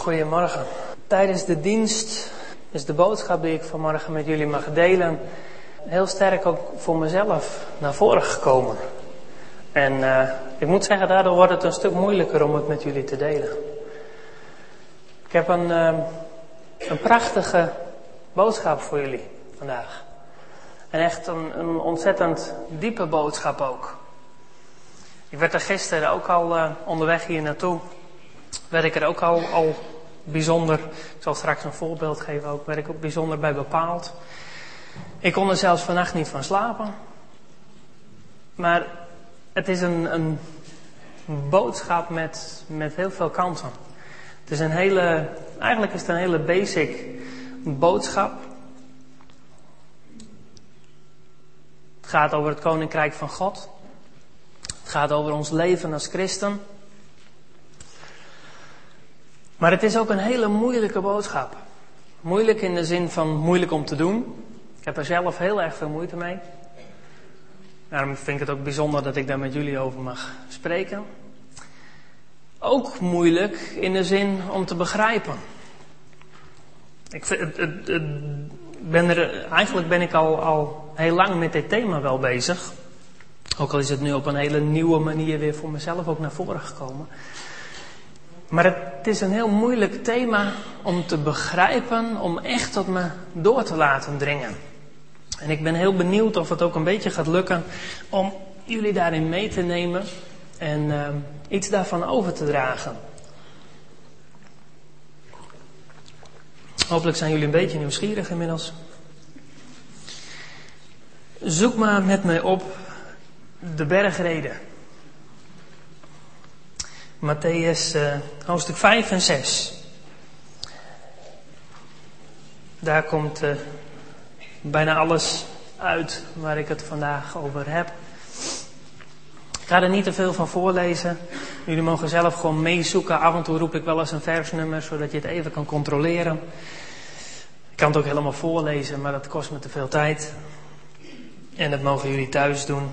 Goedemorgen. Tijdens de dienst is de boodschap die ik vanmorgen met jullie mag delen heel sterk ook voor mezelf naar voren gekomen. En ik moet zeggen, daardoor wordt het een stuk moeilijker om het met jullie te delen. Ik heb een prachtige boodschap voor jullie vandaag. En echt een ontzettend diepe boodschap ook. Ik werd er gisteren ook al onderweg hier naartoe. Werd ik er ook al bijzonder, ik zal straks een voorbeeld geven ook, werd ik ook bijzonder bij bepaald. Ik kon er zelfs vannacht niet van slapen. Maar het is een boodschap met heel veel kanten. Het is eigenlijk is het een hele basic boodschap. Het gaat over het Koninkrijk van God. Het gaat over ons leven als christen. Maar het is ook een hele moeilijke boodschap. Moeilijk in de zin van moeilijk om te doen. Ik heb er zelf heel erg veel moeite mee. Daarom vind ik het ook bijzonder dat ik daar met jullie over mag spreken. Ook moeilijk in de zin om te begrijpen. Eigenlijk ben ik al heel lang met dit thema wel bezig. Ook al is het nu op een hele nieuwe manier weer voor mezelf ook naar voren gekomen. Maar het is een heel moeilijk thema om te begrijpen, om echt tot me door te laten dringen. En ik ben heel benieuwd of het ook een beetje gaat lukken om jullie daarin mee te nemen en iets daarvan over te dragen. Hopelijk zijn jullie een beetje nieuwsgierig inmiddels. Zoek maar met mij op de bergreden. Mattheüs hoofdstuk 5 en 6. Daar komt bijna alles uit waar ik het vandaag over heb. Ik ga er niet te veel van voorlezen. Jullie mogen zelf gewoon meezoeken. Af en toe roep ik wel eens een versnummer, zodat je het even kan controleren. Ik kan het ook helemaal voorlezen, maar dat kost me te veel tijd. En dat mogen jullie thuis doen.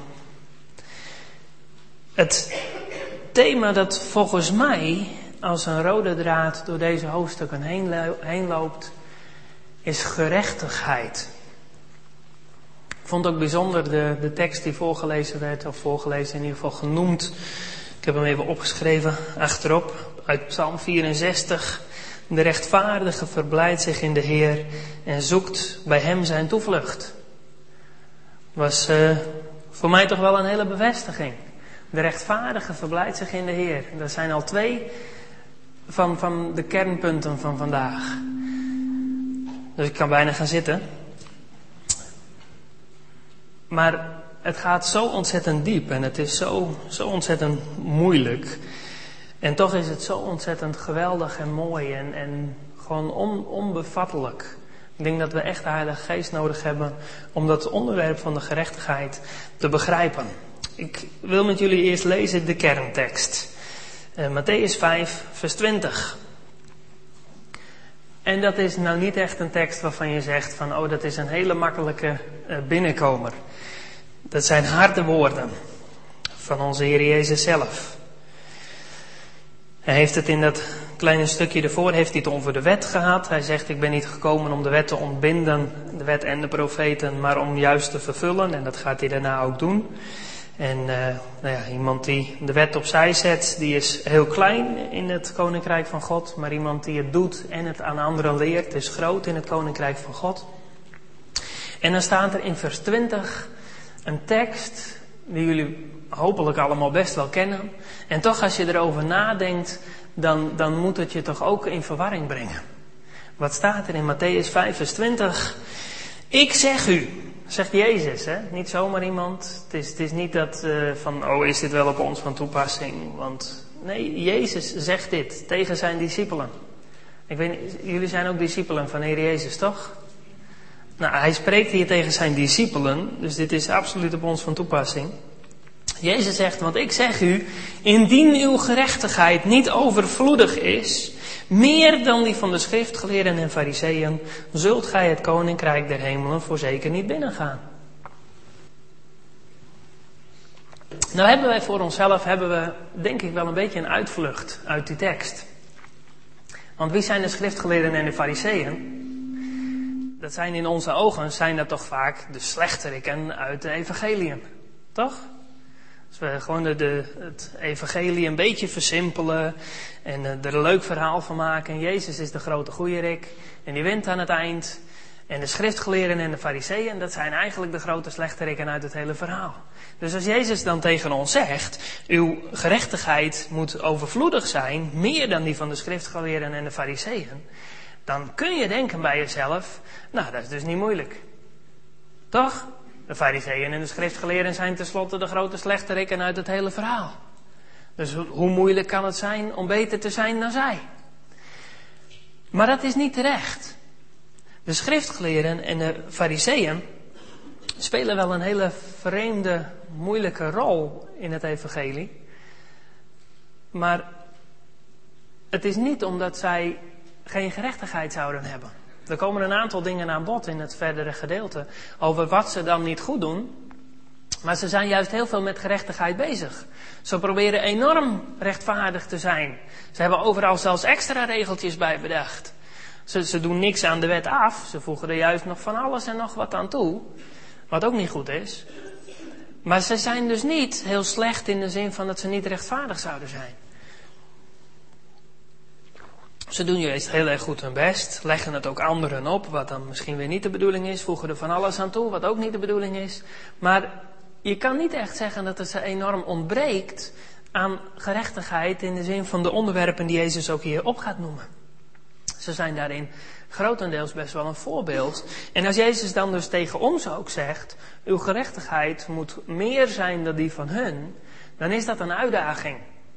Het thema dat volgens mij als een rode draad door deze hoofdstukken heen loopt, is gerechtigheid. Ik vond ook bijzonder de tekst die voorgelezen werd, of voorgelezen in ieder geval genoemd. Ik heb hem even opgeschreven achterop, uit Psalm 64. De rechtvaardige verblijdt zich in de Heer en zoekt bij hem zijn toevlucht. Was voor mij toch wel een hele bevestiging. De rechtvaardige verblijdt zich in de Heer. Dat zijn al 2 van de kernpunten van vandaag. Dus ik kan bijna gaan zitten. Maar het gaat zo ontzettend diep en het is zo ontzettend moeilijk. En toch is het zo ontzettend geweldig en mooi en gewoon onbevattelijk. Ik denk dat we echt de Heilige Geest nodig hebben om dat onderwerp van de gerechtigheid te begrijpen. Ik wil met jullie eerst lezen de kerntekst. Mattheüs 5, vers 20. En dat is nou niet echt een tekst waarvan je zegt van dat is een hele makkelijke binnenkomer. Dat zijn harde woorden van onze Heer Jezus zelf. Hij heeft het in dat kleine stukje ervoor, heeft hij het over de wet gehad. Hij zegt, ik ben niet gekomen om de wet te ontbinden, de wet en de profeten, maar om juist te vervullen. En dat gaat hij daarna ook doen. En iemand die de wet opzij zet, die is heel klein in het Koninkrijk van God. Maar iemand die het doet en het aan anderen leert, is groot in het Koninkrijk van God. En dan staat er in vers 20 een tekst die jullie hopelijk allemaal best wel kennen. En toch als je erover nadenkt, dan moet het je toch ook in verwarring brengen. Wat staat er in Mattheüs 5 vers 20? Ik zeg u, zegt Jezus, hè? Niet zomaar iemand. Het is niet dat is dit wel op ons van toepassing? Want nee, Jezus zegt dit tegen zijn discipelen. Ik weet niet, jullie zijn ook discipelen van Heer Jezus, toch? Nou, hij spreekt hier tegen zijn discipelen, dus dit is absoluut op ons van toepassing. Jezus zegt, want ik zeg u, indien uw gerechtigheid niet overvloedig is, meer dan die van de schriftgeleerden en fariseeën, zult gij het koninkrijk der hemelen voorzeker niet binnengaan. Nou hebben wij voor onszelf, denk ik wel een beetje een uitvlucht uit die tekst. Want wie zijn de schriftgeleerden en de fariseeën? Dat zijn in onze ogen, zijn dat toch vaak de slechteriken uit de evangeliën. Toch? Als we gewoon het evangelie een beetje versimpelen en er een leuk verhaal van maken. Jezus is de grote goeierik en die wint aan het eind. En de schriftgeleerden en de fariseeën, dat zijn eigenlijk de grote slechteriken uit het hele verhaal. Dus als Jezus dan tegen ons zegt, uw gerechtigheid moet overvloedig zijn, meer dan die van de schriftgeleerden en de fariseeën, dan kun je denken bij jezelf, nou dat is dus niet moeilijk. Toch? De fariseeën en de schriftgeleerden zijn tenslotte de grote slechteriken uit het hele verhaal. Dus hoe moeilijk kan het zijn om beter te zijn dan zij? Maar dat is niet terecht. De schriftgeleerden en de fariseeën spelen wel een hele vreemde, moeilijke rol in het evangelie. Maar het is niet omdat zij geen gerechtigheid zouden hebben. Er komen een aantal dingen aan bod in het verdere gedeelte over wat ze dan niet goed doen. Maar ze zijn juist heel veel met gerechtigheid bezig. Ze proberen enorm rechtvaardig te zijn. Ze hebben overal zelfs extra regeltjes bij bedacht. Ze doen niks aan de wet af. Ze voegen er juist nog van alles en nog wat aan toe. Wat ook niet goed is. Maar ze zijn dus niet heel slecht in de zin van dat ze niet rechtvaardig zouden zijn. Ze doen juist heel erg goed hun best. Leggen het ook anderen op. Wat dan misschien weer niet de bedoeling is. Voegen er van alles aan toe. Wat ook niet de bedoeling is. Maar je kan niet echt zeggen dat het ze enorm ontbreekt aan gerechtigheid. In de zin van de onderwerpen die Jezus ook hier op gaat noemen. Ze zijn daarin grotendeels best wel een voorbeeld. En als Jezus dan dus tegen ons ook zegt, uw gerechtigheid moet meer zijn dan die van hun, dan is dat een uitdaging.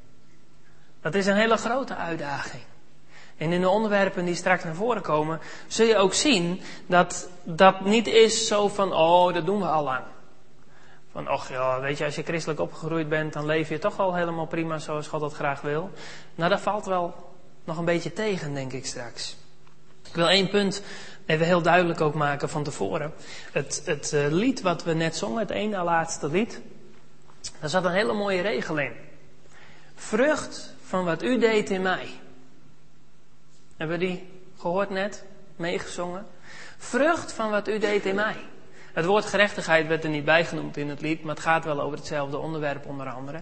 Dat is een hele grote uitdaging. En in de onderwerpen die straks naar voren komen, zul je ook zien dat dat niet is zo van, oh, dat doen we al lang. Van, och ja, weet je, als je christelijk opgegroeid bent, dan leef je toch al helemaal prima zoals God dat graag wil. Nou, dat valt wel nog een beetje tegen, denk ik straks. Ik wil 1 punt even heel duidelijk ook maken van tevoren. Het lied wat we net zongen, het ene laatste lied, daar zat een hele mooie regel in. Vrucht van wat u deed in mij. Hebben we die gehoord net? Meegezongen? Vrucht van wat u deed in mij. Het woord gerechtigheid werd er niet bijgenoemd in het lied, maar het gaat wel over hetzelfde onderwerp onder andere.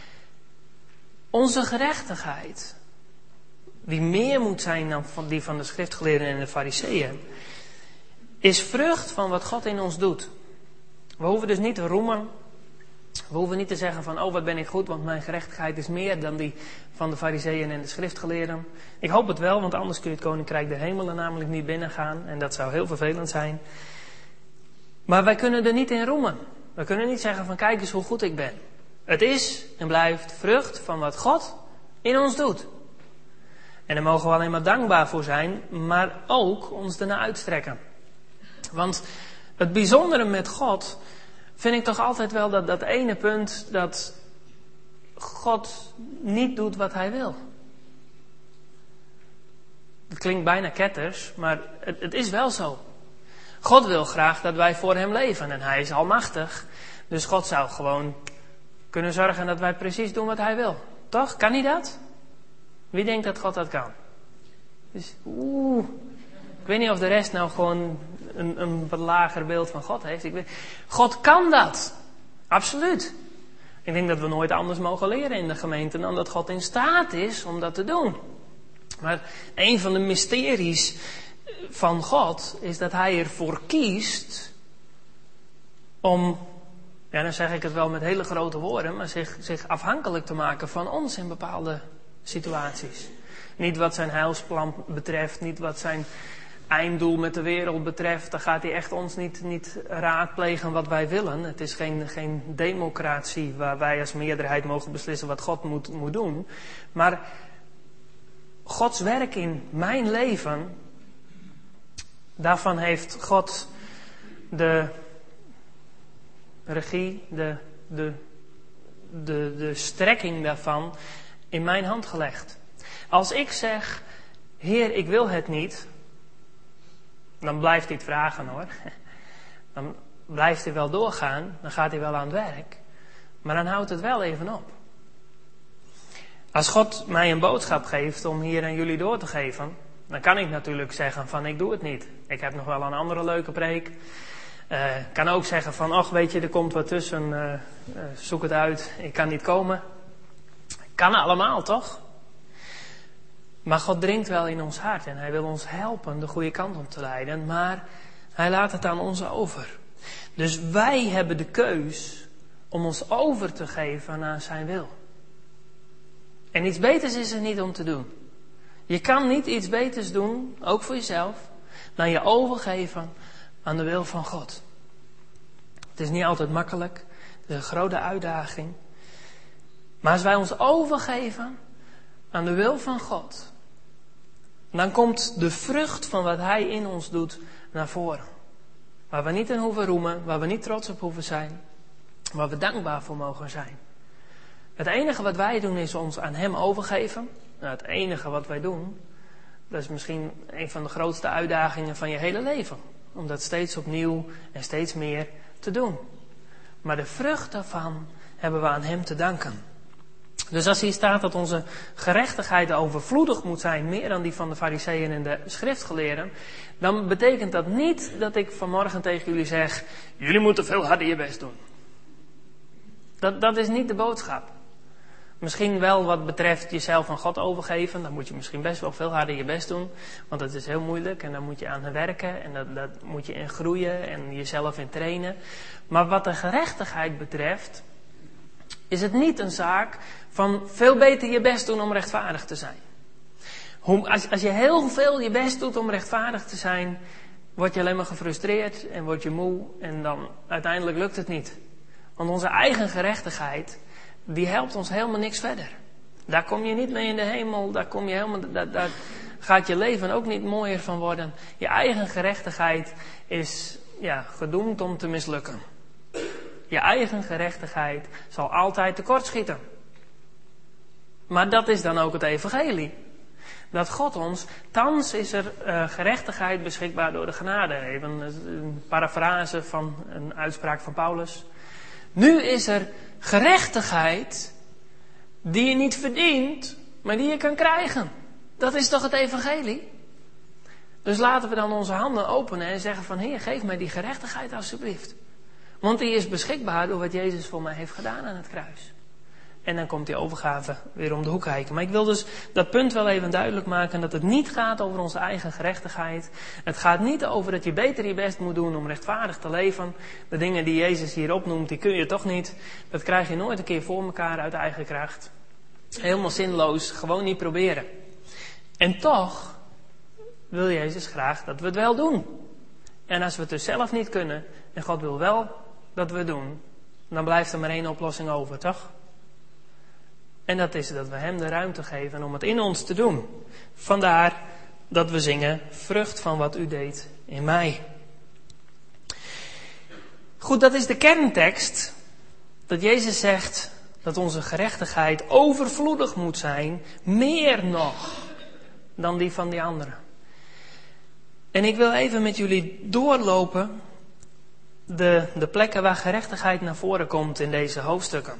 Onze gerechtigheid, die meer moet zijn dan die van de schriftgeleerden en de fariseeën, is vrucht van wat God in ons doet. We hoeven dus niet te roemen. We hoeven niet te zeggen van, oh wat ben ik goed, want mijn gerechtigheid is meer dan die van de fariseeën en de schriftgeleerden. Ik hoop het wel, want anders kun je het koninkrijk der hemelen namelijk niet binnengaan. En dat zou heel vervelend zijn. Maar wij kunnen er niet in roemen. We kunnen niet zeggen van, kijk eens hoe goed ik ben. Het is en blijft vrucht van wat God in ons doet. En daar mogen we alleen maar dankbaar voor zijn, maar ook ons ernaar uitstrekken. Want het bijzondere met God vind ik toch altijd wel dat ene punt dat God niet doet wat hij wil. Het klinkt bijna ketters, maar het is wel zo. God wil graag dat wij voor hem leven en hij is almachtig. Dus God zou gewoon kunnen zorgen dat wij precies doen wat hij wil. Toch? Kan hij dat? Wie denkt dat God dat kan? Dus, ik weet niet of de rest nou gewoon een wat lager beeld van God heeft. God kan dat. Absoluut. Ik denk dat we nooit anders mogen leren in de gemeente dan dat God in staat is om dat te doen. Maar een van de mysteries van God is dat hij ervoor kiest om, ja dan zeg ik het wel met hele grote woorden, maar zich afhankelijk te maken van ons in bepaalde situaties. Niet wat zijn heilsplan betreft, niet wat zijn einddoel met de wereld betreft. Dan gaat hij echt ons niet raadplegen wat wij willen. Het is geen democratie waar wij als meerderheid mogen beslissen wat God moet doen. Maar Gods werk in mijn leven, daarvan heeft God de regie, de strekking daarvan in mijn hand gelegd. Als ik zeg, Heer, ik wil het niet, dan blijft hij het vragen hoor. Dan blijft hij wel doorgaan, dan gaat hij wel aan het werk. Maar dan houdt het wel even op. Als God mij een boodschap geeft om hier aan jullie door te geven, dan kan ik natuurlijk zeggen van ik doe het niet. Ik heb nog wel een andere leuke preek. Ik kan ook zeggen van ach weet je, er komt wat tussen, zoek het uit, ik kan niet komen. Kan allemaal toch? Maar God dringt wel in ons hart en hij wil ons helpen de goede kant op te leiden, maar hij laat het aan ons over. Dus wij hebben de keus om ons over te geven aan zijn wil. En iets beters is er niet om te doen. Je kan niet iets beters doen, ook voor jezelf, dan je overgeven aan de wil van God. Het is niet altijd makkelijk, het is een grote uitdaging. Maar als wij ons overgeven aan de wil van God, dan komt de vrucht van wat hij in ons doet naar voren. Waar we niet in hoeven roemen, waar we niet trots op hoeven zijn, waar we dankbaar voor mogen zijn. Het enige wat wij doen is ons aan hem overgeven. Nou, het enige wat wij doen, dat is misschien een van de grootste uitdagingen van je hele leven. Om dat steeds opnieuw en steeds meer te doen. Maar de vrucht daarvan hebben we aan hem te danken. Dus als hier staat dat onze gerechtigheid overvloedig moet zijn, meer dan die van de Farizeeën en de schriftgeleerden, dan betekent dat niet dat ik vanmorgen tegen jullie zeg, jullie moeten veel harder je best doen. Dat is niet de boodschap. Misschien wel wat betreft jezelf aan God overgeven, dan moet je misschien best wel veel harder je best doen, want dat is heel moeilijk en daar moet je aan werken en dat moet je in groeien en jezelf in trainen. Maar wat de gerechtigheid betreft, is het niet een zaak van veel beter je best doen om rechtvaardig te zijn. Als je heel veel je best doet om rechtvaardig te zijn, word je alleen maar gefrustreerd en word je moe en dan uiteindelijk lukt het niet. Want onze eigen gerechtigheid, die helpt ons helemaal niks verder. Daar kom je niet mee in de hemel, daar gaat je leven ook niet mooier van worden. Je eigen gerechtigheid is gedoemd om te mislukken. Je eigen gerechtigheid zal altijd tekortschieten. Maar dat is dan ook het evangelie. Dat God ons, thans is er gerechtigheid beschikbaar door de genade. Even een parafrase van een uitspraak van Paulus. Nu is er gerechtigheid die je niet verdient, maar die je kan krijgen. Dat is toch het evangelie? Dus laten we dan onze handen openen en zeggen van Heer, geef mij die gerechtigheid alsjeblieft. Want die is beschikbaar door wat Jezus voor mij heeft gedaan aan het kruis. En dan komt die overgave weer om de hoek kijken. Maar ik wil dus dat punt wel even duidelijk maken, dat het niet gaat over onze eigen gerechtigheid. Het gaat niet over dat je beter je best moet doen om rechtvaardig te leven. De dingen die Jezus hier opnoemt, die kun je toch niet. Dat krijg je nooit een keer voor elkaar uit eigen kracht. Helemaal zinloos, gewoon niet proberen. En toch wil Jezus graag dat we het wel doen. En als we het dus zelf niet kunnen, en God wil wel dat we het doen, dan blijft er maar één oplossing over, toch? En dat is dat we hem de ruimte geven om het in ons te doen. Vandaar dat we zingen, vrucht van wat u deed in mij. Goed, dat is de kerntekst. Dat Jezus zegt dat onze gerechtigheid overvloedig moet zijn, meer nog dan die van die anderen. En ik wil even met jullie doorlopen de plekken waar gerechtigheid naar voren komt in deze hoofdstukken.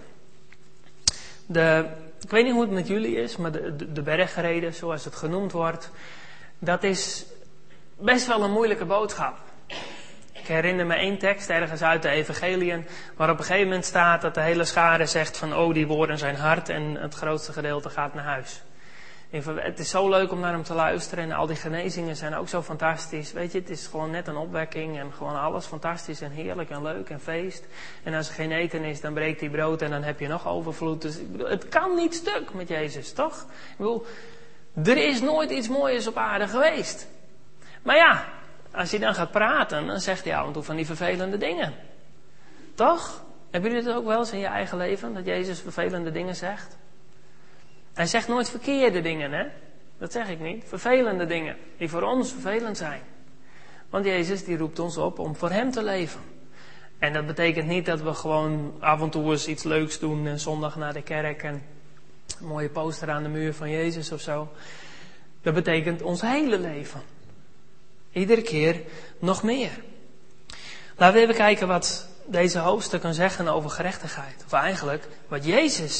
Ik weet niet hoe het met jullie is, maar de bergreden, zoals het genoemd wordt, dat is best wel een moeilijke boodschap. Ik herinner me één tekst ergens uit de evangeliën, waar op een gegeven moment staat dat de hele schare zegt van die woorden zijn hard en het grootste gedeelte gaat naar huis. Het is zo leuk om naar hem te luisteren en al die genezingen zijn ook zo fantastisch. Weet je, het is gewoon net een opwekking en gewoon alles fantastisch en heerlijk en leuk en feest. En als er geen eten is, dan breekt hij brood en dan heb je nog overvloed. Dus het kan niet stuk met Jezus, toch? Ik bedoel, er is nooit iets moois op aarde geweest. Maar ja, als hij dan gaat praten, dan zegt hij af en toe van die vervelende dingen. Toch? Hebben jullie het ook wel eens in je eigen leven, dat Jezus vervelende dingen zegt? Hij zegt nooit verkeerde dingen, hè? Dat zeg ik niet. Vervelende dingen, die voor ons vervelend zijn. Want Jezus die roept ons op om voor hem te leven. En dat betekent niet dat we gewoon af en toe eens iets leuks doen en zondag naar de kerk en een mooie poster aan de muur van Jezus of zo. Dat betekent ons hele leven. Iedere keer nog meer. Laten we even kijken wat deze hoofdstukken zeggen over gerechtigheid. Of eigenlijk wat Jezus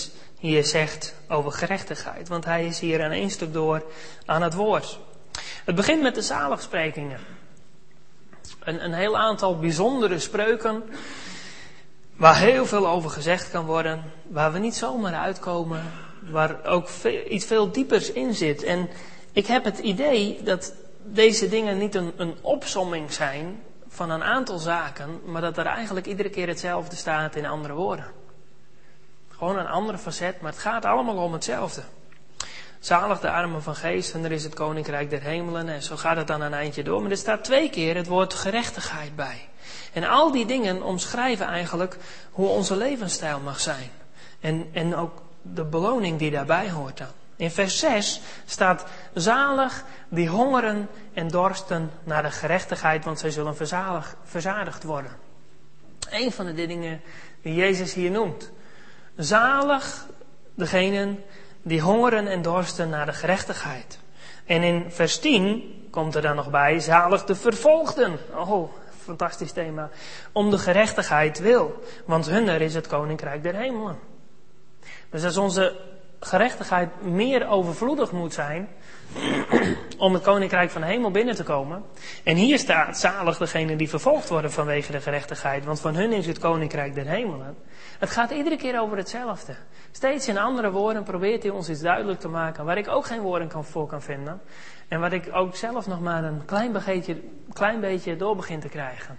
hier zegt over gerechtigheid. Want hij is hier aan één stuk door aan het woord. Het begint met de zaligsprekingen. Een heel aantal bijzondere spreuken waar heel veel over gezegd kan worden. Waar we niet zomaar uitkomen. Waar ook iets veel diepers in zit. En ik heb het idee dat deze dingen niet een opsomming zijn van een aantal zaken. Maar dat er eigenlijk iedere keer hetzelfde staat in andere woorden. Gewoon een andere facet, maar het gaat allemaal om hetzelfde. Zalig de armen van geest en er is het koninkrijk der hemelen. En zo gaat het dan een eindje door. Maar er staat 2 keer het woord gerechtigheid bij. En al die dingen omschrijven eigenlijk hoe onze levensstijl mag zijn. En ook de beloning die daarbij hoort dan. In vers 6 staat zalig die hongeren en dorsten naar de gerechtigheid, want zij zullen verzadigd worden. Een van de dingen die Jezus hier noemt. Zalig degenen die hongeren en dorsten naar de gerechtigheid. En in vers 10 komt er dan nog bij, zalig de vervolgden. Oh, fantastisch thema. Om de gerechtigheid wil, want hunner is het koninkrijk der hemelen. Dus als onze gerechtigheid meer overvloedig moet zijn om het koninkrijk van de hemel binnen te komen. En hier staat zalig degenen die vervolgd worden vanwege de gerechtigheid, want van hun is het koninkrijk der hemelen. Het gaat iedere keer over hetzelfde. Steeds in andere woorden probeert hij ons iets duidelijk te maken waar ik ook geen woorden voor kan vinden. En wat ik ook zelf nog maar een klein beetje door begin te krijgen.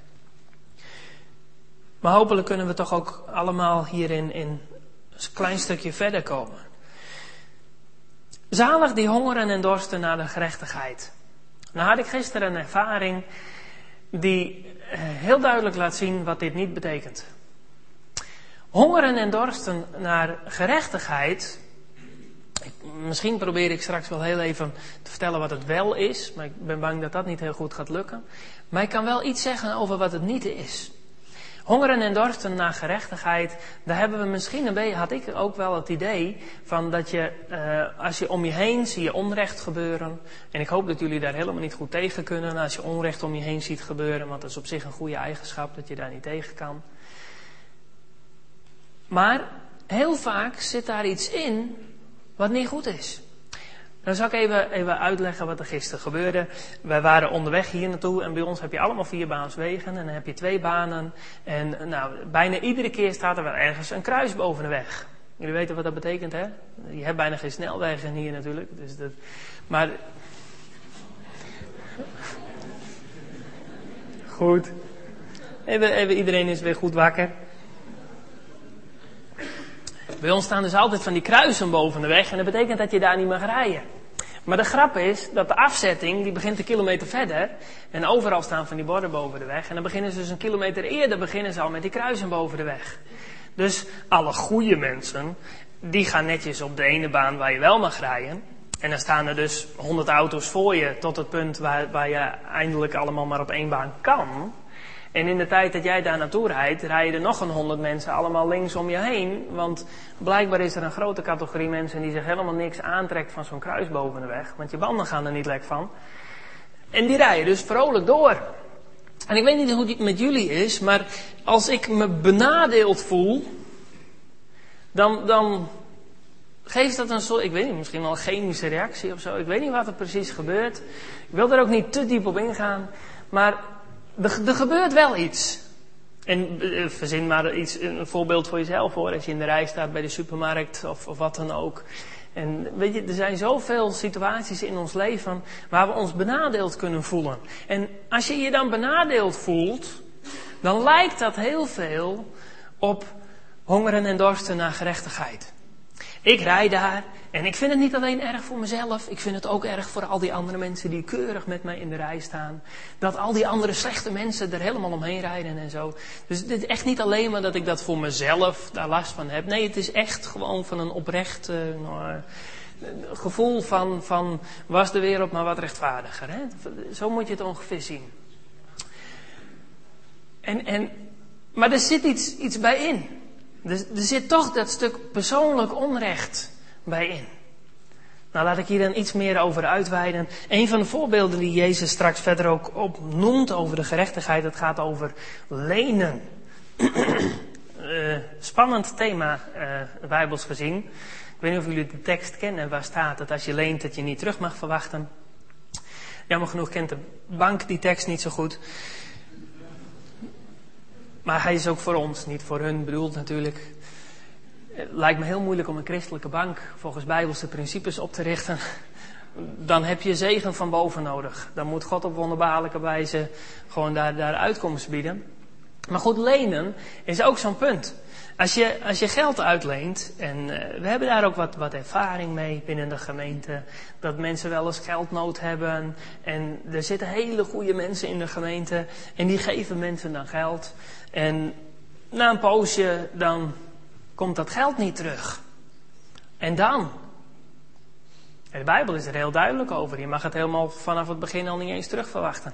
Maar hopelijk kunnen we toch ook allemaal hierin een klein stukje verder komen. Zalig die hongeren en dorsten naar de gerechtigheid. Nou had ik gisteren een ervaring die heel duidelijk laat zien wat dit niet betekent. Hongeren en dorsten naar gerechtigheid. Misschien probeer ik straks wel heel even te vertellen wat het wel is. Maar ik ben bang dat dat niet heel goed gaat lukken. Maar ik kan wel iets zeggen over wat het niet is. Hongeren en dorsten naar gerechtigheid, daar hebben we misschien een beetje, had ik ook wel het idee van dat je, als je om je heen zie je onrecht gebeuren. En ik hoop dat jullie daar helemaal niet goed tegen kunnen als je onrecht om je heen ziet gebeuren. Want dat is op zich een goede eigenschap dat je daar niet tegen kan. Maar heel vaak zit daar iets in wat niet goed is. Dan zal ik even uitleggen wat er gisteren gebeurde. Wij waren onderweg hier naartoe en bij ons heb je allemaal 4-baanswegen en dan heb je 2 banen. En bijna iedere keer staat er wel ergens een kruis boven de weg. Jullie weten wat dat betekent, hè? Je hebt bijna geen snelwegen hier natuurlijk. Dus maar goed. Even iedereen is weer goed wakker. Bij ons staan dus altijd van die kruisen boven de weg en dat betekent dat je daar niet mag rijden. Maar de grap is dat de afzetting, die begint een kilometer verder. En overal staan van die borden boven de weg. En dan beginnen ze dus een kilometer eerder al met die kruisen boven de weg. Dus alle goede mensen, die gaan netjes op de ene baan waar je wel mag rijden. En dan staan er dus 100 auto's voor je tot het punt waar je eindelijk allemaal maar op 1 baan kan. En in de tijd dat jij daar naartoe rijdt, rijden er nog een 100 mensen allemaal links om je heen. Want blijkbaar is er een grote categorie mensen die zich helemaal niks aantrekt van zo'n kruis boven de weg. Want je banden gaan er niet lek van. En die rijden dus vrolijk door. En ik weet niet hoe het met jullie is, maar als ik me benadeeld voel, dan geeft dat een soort, ik weet niet, misschien wel een chemische reactie of zo. Ik weet niet wat er precies gebeurt. Ik wil er ook niet te diep op ingaan, maar er gebeurt wel iets. En verzin maar een voorbeeld voor jezelf hoor. Als je in de rij staat bij de supermarkt of wat dan ook. En weet je, er zijn zoveel situaties in ons leven waar we ons benadeeld kunnen voelen. En als je je dan benadeeld voelt, dan lijkt dat heel veel op hongeren en dorsten naar gerechtigheid. Ik rijd daar en ik vind het niet alleen erg voor mezelf. Ik vind het ook erg voor al die andere mensen die keurig met mij in de rij staan. Dat al die andere slechte mensen er helemaal omheen rijden en zo. Dus het is echt niet alleen maar dat ik dat voor mezelf daar last van heb. Nee, het is echt gewoon van een oprecht gevoel van was de wereld maar wat rechtvaardiger. Hè? Zo moet je het ongeveer zien. Maar er zit iets bij in. Er zit toch dat stuk persoonlijk onrecht bij in. Nou, laat ik hier dan iets meer over uitweiden. Een van de voorbeelden die Jezus straks verder ook opnoemt over de gerechtigheid, dat gaat over lenen. spannend thema, bijbels gezien. Ik weet niet of jullie de tekst kennen waar staat dat als je leent dat je niet terug mag verwachten. Jammer genoeg kent de bank die tekst niet zo goed. Maar hij is ook voor ons, niet voor hun bedoeld natuurlijk. Het lijkt me heel moeilijk om een christelijke bank volgens bijbelse principes op te richten. Dan heb je zegen van boven nodig. Dan moet God op wonderbaarlijke wijze gewoon daar uitkomst bieden. Maar goed, lenen is ook zo'n punt. Als je geld uitleent, en we hebben daar ook wat ervaring mee binnen de gemeente, dat mensen wel eens geldnood hebben. En er zitten hele goede mensen in de gemeente en die geven mensen dan geld. En na een poosje dan komt dat geld niet terug. En dan? De Bijbel is er heel duidelijk over. Je mag het helemaal vanaf het begin al niet eens terugverwachten.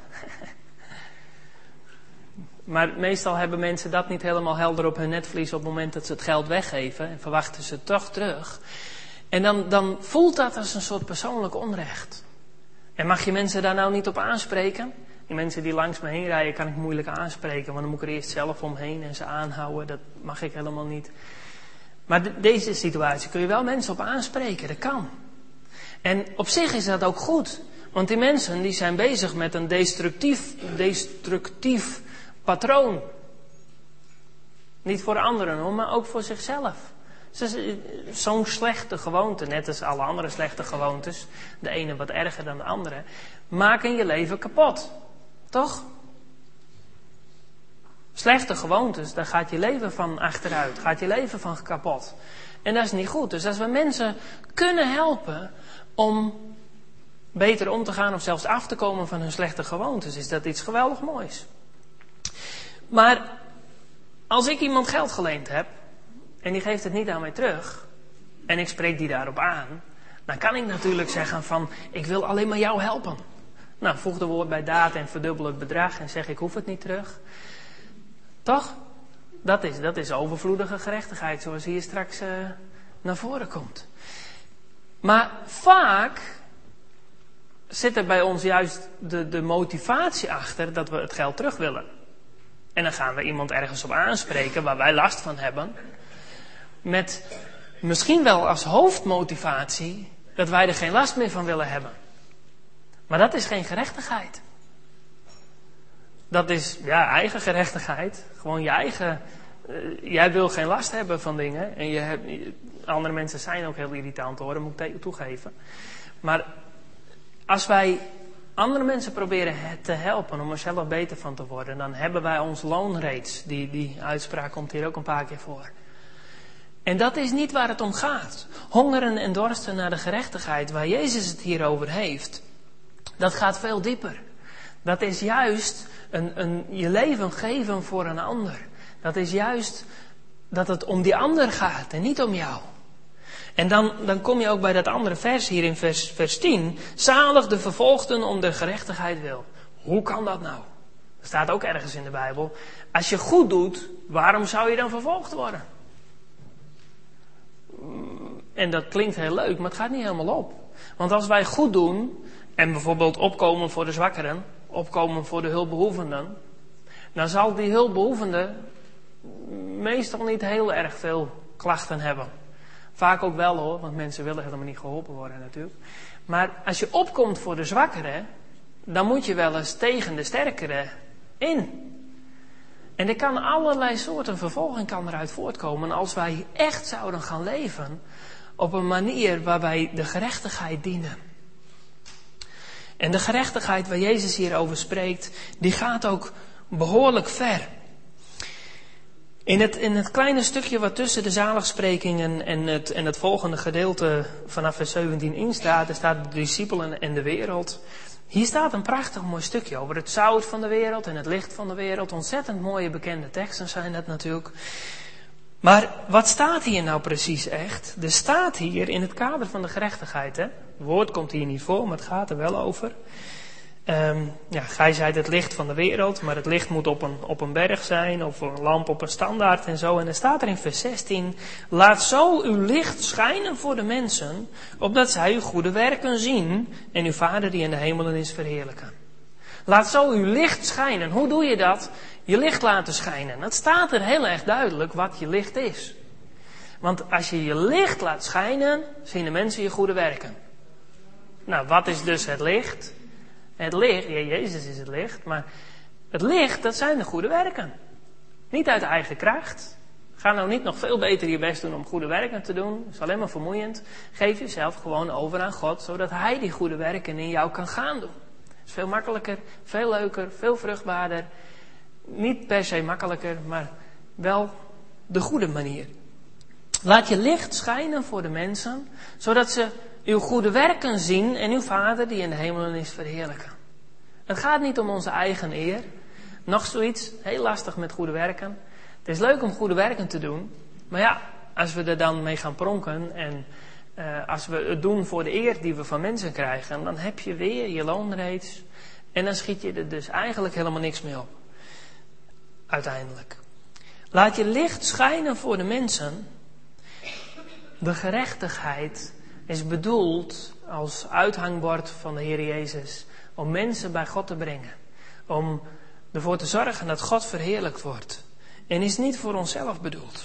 Maar meestal hebben mensen dat niet helemaal helder op hun netvlies op het moment dat ze het geld weggeven. En verwachten ze het toch terug. En dan voelt dat als een soort persoonlijk onrecht. En mag je mensen daar nou niet op aanspreken? Die mensen die langs me heen rijden kan ik moeilijk aanspreken. Want dan moet ik er eerst zelf omheen en ze aanhouden. Dat mag ik helemaal niet. Maar deze situatie kun je wel mensen op aanspreken. Dat kan. En op zich is dat ook goed. Want die mensen die zijn bezig met een destructief patroon. Niet voor anderen hoor, maar ook voor zichzelf. Zo'n slechte gewoonte, net als alle andere slechte gewoontes, de ene wat erger dan de andere, maken je leven kapot. Toch? Slechte gewoontes, daar gaat je leven van achteruit, gaat je leven van kapot. En dat is niet goed. Dus als we mensen kunnen helpen om beter om te gaan of zelfs af te komen van hun slechte gewoontes, is dat iets geweldig moois. Maar als ik iemand geld geleend heb en die geeft het niet aan mij terug en ik spreek die daarop aan, dan kan ik natuurlijk zeggen van ik wil alleen maar jou helpen. Nou, voeg de woord bij daad en verdubbel het bedrag en zeg ik hoef het niet terug. Toch? Dat is overvloedige gerechtigheid zoals hier straks naar voren komt. Maar vaak zit er bij ons juist de motivatie achter dat we het geld terug willen. En dan gaan we iemand ergens op aanspreken waar wij last van hebben. Met misschien wel als hoofdmotivatie dat wij er geen last meer van willen hebben. Maar dat is geen gerechtigheid. Dat is eigen gerechtigheid. Gewoon je eigen. Jij wil geen last hebben van dingen. En andere mensen zijn ook heel irritant hoor, dat moet ik toegeven. Maar als wij andere mensen proberen te helpen om er zelf beter van te worden, dan hebben wij ons loon reeds. Die uitspraak komt hier ook een paar keer voor. En dat is niet waar het om gaat. Hongeren en dorsten naar de gerechtigheid, waar Jezus het hier over heeft, dat gaat veel dieper. Dat is juist je leven geven voor een ander. Dat is juist dat het om die ander gaat en niet om jou. En dan kom je ook bij dat andere vers hier in vers 10. Zalig de vervolgden om de gerechtigheid wil. Hoe kan dat nou? Dat staat ook ergens in de Bijbel. Als je goed doet, waarom zou je dan vervolgd worden? En dat klinkt heel leuk, maar het gaat niet helemaal op. Want als wij goed doen en bijvoorbeeld opkomen voor de zwakkeren, opkomen voor de hulpbehoevenden, dan zal die hulpbehoevende meestal niet heel erg veel klachten hebben. Vaak ook wel hoor, want mensen willen helemaal niet geholpen worden natuurlijk. Maar als je opkomt voor de zwakkeren, dan moet je wel eens tegen de sterkere in. En er kan allerlei soorten vervolging kan eruit voortkomen als wij echt zouden gaan leven op een manier waarbij de gerechtigheid dienen. En de gerechtigheid waar Jezus hier over spreekt, die gaat ook behoorlijk ver. In het kleine stukje wat tussen de zaligsprekingen en het volgende gedeelte vanaf vers 17 in staat, er staat de discipelen en de wereld. Hier staat een prachtig mooi stukje over het zout van de wereld en het licht van de wereld. Ontzettend mooie bekende teksten zijn dat natuurlijk. Maar wat staat hier nou precies echt? Er staat hier in het kader van de gerechtigheid. Hè? Het woord komt hier niet voor, maar het gaat er wel over. Gij zijt het licht van de wereld, maar het licht moet op een berg zijn of een lamp op een standaard en zo. En er staat er in vers 16, laat zo uw licht schijnen voor de mensen, opdat zij uw goede werken zien en uw Vader die in de hemelen is verheerlijken. Laat zo uw licht schijnen. Hoe doe je dat? Je licht laten schijnen. Het staat er heel erg duidelijk wat je licht is. Want als je je licht laat schijnen, zien de mensen je goede werken. Nou, wat is dus het licht? Het licht, ja, Jezus is het licht, maar het licht, dat zijn de goede werken. Niet uit eigen kracht. Ga nou niet nog veel beter je best doen om goede werken te doen. Dat is alleen maar vermoeiend. Geef jezelf gewoon over aan God, zodat Hij die goede werken in jou kan gaan doen. Dat is veel makkelijker, veel leuker, veel vruchtbaarder. Niet per se makkelijker, maar wel de goede manier. Laat je licht schijnen voor de mensen, zodat ze uw goede werken zien en uw Vader die in de hemelen is verheerlijken. Het gaat niet om onze eigen eer. Nog zoiets, heel lastig met goede werken. Het is leuk om goede werken te doen, maar ja, als we er dan mee gaan pronken en als we het doen voor de eer die we van mensen krijgen, dan heb je weer je loon reeds en dan schiet je er dus eigenlijk helemaal niks mee op. Uiteindelijk. Laat je licht schijnen voor de mensen. De gerechtigheid is bedoeld als uithangbord van de Heer Jezus om mensen bij God te brengen. Om ervoor te zorgen dat God verheerlijkt wordt. En is niet voor onszelf bedoeld.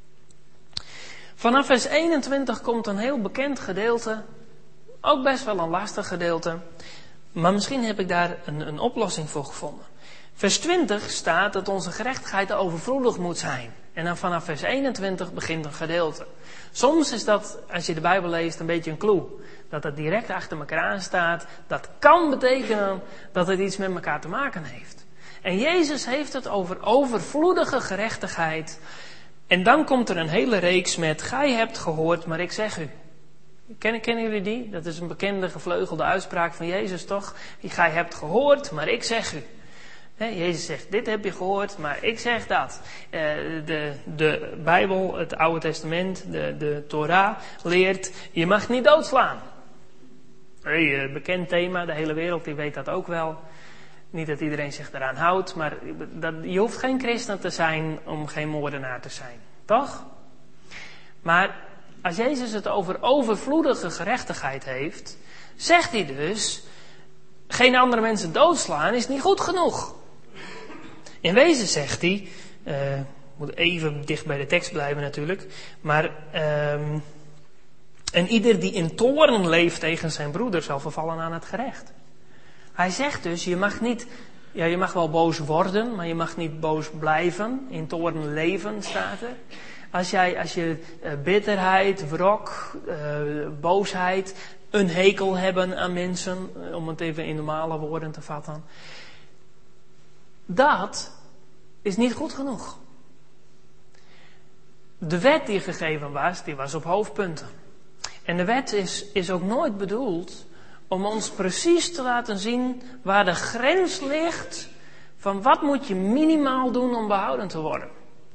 Vanaf vers 21 komt een heel bekend gedeelte. Ook best wel een lastig gedeelte. Maar misschien heb ik daar een oplossing voor gevonden. Vers 20 staat dat onze gerechtigheid overvloedig moet zijn. En dan vanaf vers 21 begint een gedeelte. Soms is dat, als je de Bijbel leest, een beetje een clue. Dat het direct achter elkaar aan staat. Dat kan betekenen dat het iets met elkaar te maken heeft. En Jezus heeft het over overvloedige gerechtigheid. En dan komt er een hele reeks met, gij hebt gehoord, maar ik zeg u. Kennen jullie die? Dat is een bekende gevleugelde uitspraak van Jezus, toch? Gij hebt gehoord, maar ik zeg u. Jezus zegt, dit heb je gehoord, maar ik zeg dat. De Bijbel, het Oude Testament, de Torah leert, je mag niet doodslaan. Bekend thema, de hele wereld die weet dat ook wel. Niet dat iedereen zich eraan houdt, maar je hoeft geen christen te zijn om geen moordenaar te zijn. Toch? Maar als Jezus het over overvloedige gerechtigheid heeft, zegt hij dus, geen andere mensen doodslaan is niet goed genoeg. In wezen zegt hij, moet even dicht bij de tekst blijven natuurlijk, maar en ieder die in toorn leeft tegen zijn broeder zal vervallen aan het gerecht. Hij zegt dus, je mag wel boos worden, maar je mag niet boos blijven. In toorn leven staat er. Als je bitterheid, wrok, boosheid, een hekel hebben aan mensen, om het even in normale woorden te vatten. Dat is niet goed genoeg. De wet die gegeven was, die was op hoofdpunten. En de wet is ook nooit bedoeld om ons precies te laten zien waar de grens ligt van wat moet je minimaal doen om behouden te worden.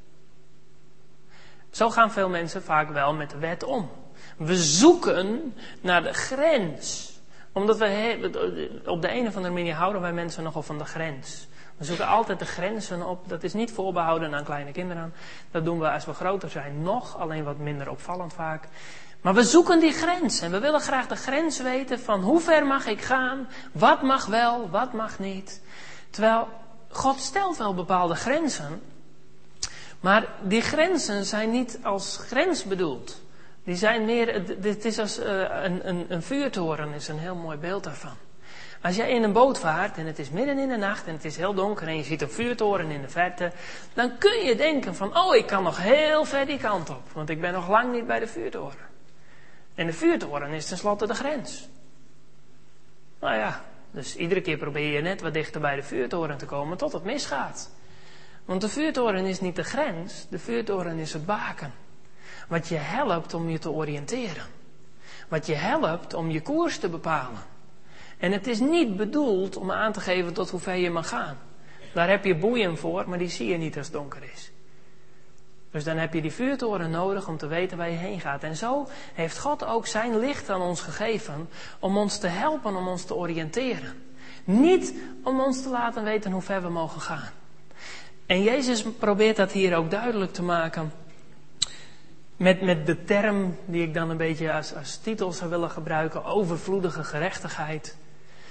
Zo gaan veel mensen vaak wel met de wet om. We zoeken naar de grens. Omdat we op de een of andere manier houden wij mensen nogal van de grens. We zoeken altijd de grenzen op. Dat is niet voorbehouden aan kleine kinderen. Dat doen we als we groter zijn nog, alleen wat minder opvallend vaak. Maar we zoeken die grens en we willen graag de grens weten van hoe ver mag ik gaan, wat mag wel, wat mag niet. Terwijl God stelt wel bepaalde grenzen, maar die grenzen zijn niet als grens bedoeld. Die zijn meer, het is als een vuurtoren is een heel mooi beeld daarvan. Als jij in een boot vaart en het is midden in de nacht en het is heel donker en je ziet een vuurtoren in de verte, dan kun je denken van, oh, ik kan nog heel ver die kant op, want ik ben nog lang niet bij de vuurtoren. En de vuurtoren is tenslotte de grens. Nou ja, dus iedere keer probeer je net wat dichter bij de vuurtoren te komen tot het misgaat. Want de vuurtoren is niet de grens, de vuurtoren is het baken. Wat je helpt om je te oriënteren. Wat je helpt om je koers te bepalen. En het is niet bedoeld om aan te geven tot hoe ver je mag gaan. Daar heb je boeien voor, maar die zie je niet als het donker is. Dus dan heb je die vuurtoren nodig om te weten waar je heen gaat. En zo heeft God ook zijn licht aan ons gegeven om ons te helpen, om ons te oriënteren. Niet om ons te laten weten hoe ver we mogen gaan. En Jezus probeert dat hier ook duidelijk te maken met de term die ik dan een beetje als titel zou willen gebruiken, overvloedige gerechtigheid.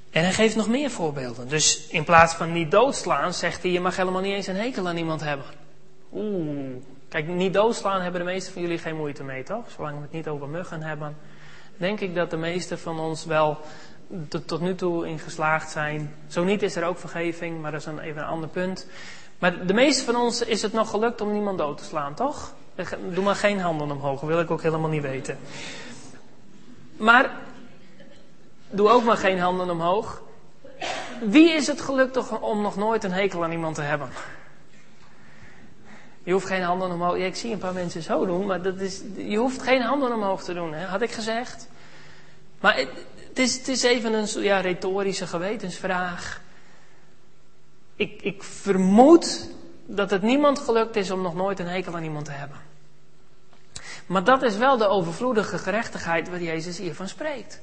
En hij geeft nog meer voorbeelden. Dus in plaats van niet doodslaan, zegt hij, je mag helemaal niet eens een hekel aan iemand hebben. Kijk, niet doodslaan hebben de meesten van jullie geen moeite mee, toch? Zolang we het niet over muggen hebben, denk ik dat de meesten van ons wel tot nu toe in geslaagd zijn. Zo niet is er ook vergeving, maar dat is dan even een ander punt. Maar de meeste van ons is het nog gelukt om niemand dood te slaan, toch? Doe maar geen handen omhoog, dat wil ik ook helemaal niet weten. Maar doe ook maar geen handen omhoog. Wie is het gelukt om nog nooit een hekel aan iemand te hebben? Je hoeft geen handen omhoog. Ja, ik zie een paar mensen zo doen, maar je hoeft geen handen omhoog te doen, hè? Had ik gezegd. Maar het is even een retorische gewetensvraag. Ik vermoed dat het niemand gelukt is om nog nooit een hekel aan iemand te hebben. Maar dat is wel de overvloedige gerechtigheid waar Jezus hier van spreekt.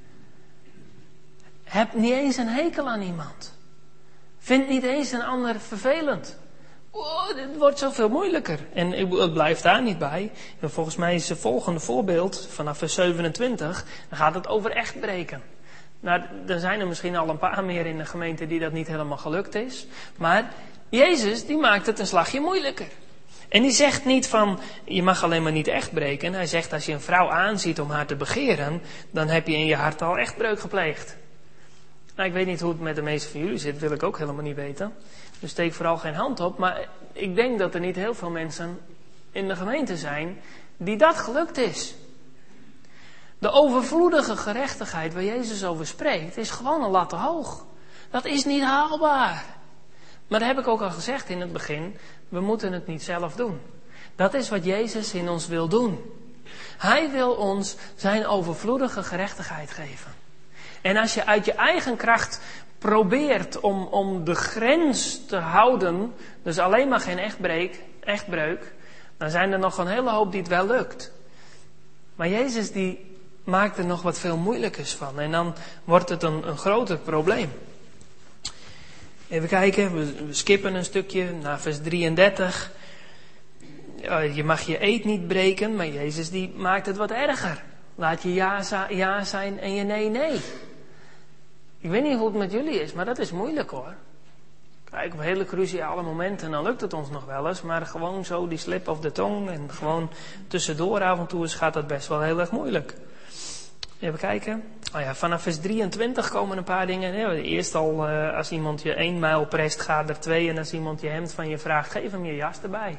Heb niet eens een hekel aan iemand. Vind niet eens een ander vervelend. Dit wordt zoveel moeilijker. En het blijft daar niet bij. En volgens mij is het volgende voorbeeld, vanaf vers 27, dan gaat het over echtbreken. Nou, er zijn er misschien al een paar meer in de gemeente die dat niet helemaal gelukt is. Maar Jezus, die maakt het een slagje moeilijker. En die zegt niet van, je mag alleen maar niet echtbreken. Hij zegt, als je een vrouw aanziet om haar te begeren, dan heb je in je hart al echtbreuk gepleegd. Nou, ik weet niet hoe het met de meeste van jullie zit, wil ik ook helemaal niet weten. Dus steek vooral geen hand op. Maar ik denk dat er niet heel veel mensen in de gemeente zijn die dat gelukt is. De overvloedige gerechtigheid waar Jezus over spreekt, is gewoon een lat te hoog. Dat is niet haalbaar. Maar dat heb ik ook al gezegd in het begin. We moeten het niet zelf doen. Dat is wat Jezus in ons wil doen. Hij wil ons zijn overvloedige gerechtigheid geven. En als je uit je eigen kracht probeert om de grens te houden, dus alleen maar geen echtbreuk, dan zijn er nog een hele hoop die het wel lukt. Maar Jezus die maakt er nog wat veel moeilijkers van. En dan wordt het een groter probleem. Even kijken, we skippen een stukje naar vers 33. Je mag je eed niet breken, maar Jezus die maakt het wat erger. Laat je ja zijn en je nee. Ik weet niet hoe het met jullie is, maar dat is moeilijk hoor. Kijk, op hele cruciale momenten, dan lukt het ons nog wel eens. Maar gewoon zo die slip of de tong en gewoon tussendoor af en toe gaat dat best wel heel erg moeilijk. Even kijken. Vanaf vers 23 komen een paar dingen. Eerst al, als iemand je 1 mijl prest, ga er 2. En als iemand je hemd van je vraagt, geef hem je jas erbij.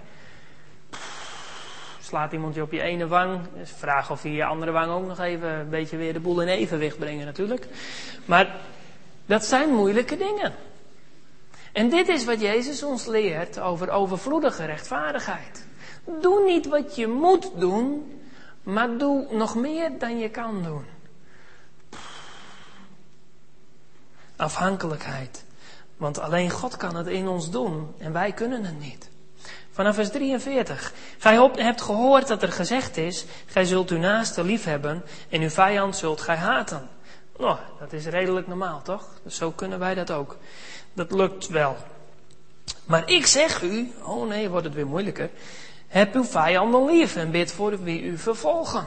Slaat iemand je op je ene wang. Dus vraag of je je andere wang ook nog even een beetje weer de boel in evenwicht brengen natuurlijk. Maar dat zijn moeilijke dingen. En dit is wat Jezus ons leert over overvloedige rechtvaardigheid. Doe niet wat je moet doen, maar doe nog meer dan je kan doen. Afhankelijkheid. Want alleen God kan het in ons doen en wij kunnen het niet. Vanaf vers 43. Gij hebt gehoord dat er gezegd is, gij zult uw naaste liefhebben en uw vijand zult gij haten. Nou, dat is redelijk normaal, toch? Dus zo kunnen wij dat ook. Dat lukt wel. Maar ik zeg u, oh nee, wordt het weer moeilijker. Heb uw vijanden lief en bid voor wie u vervolgen.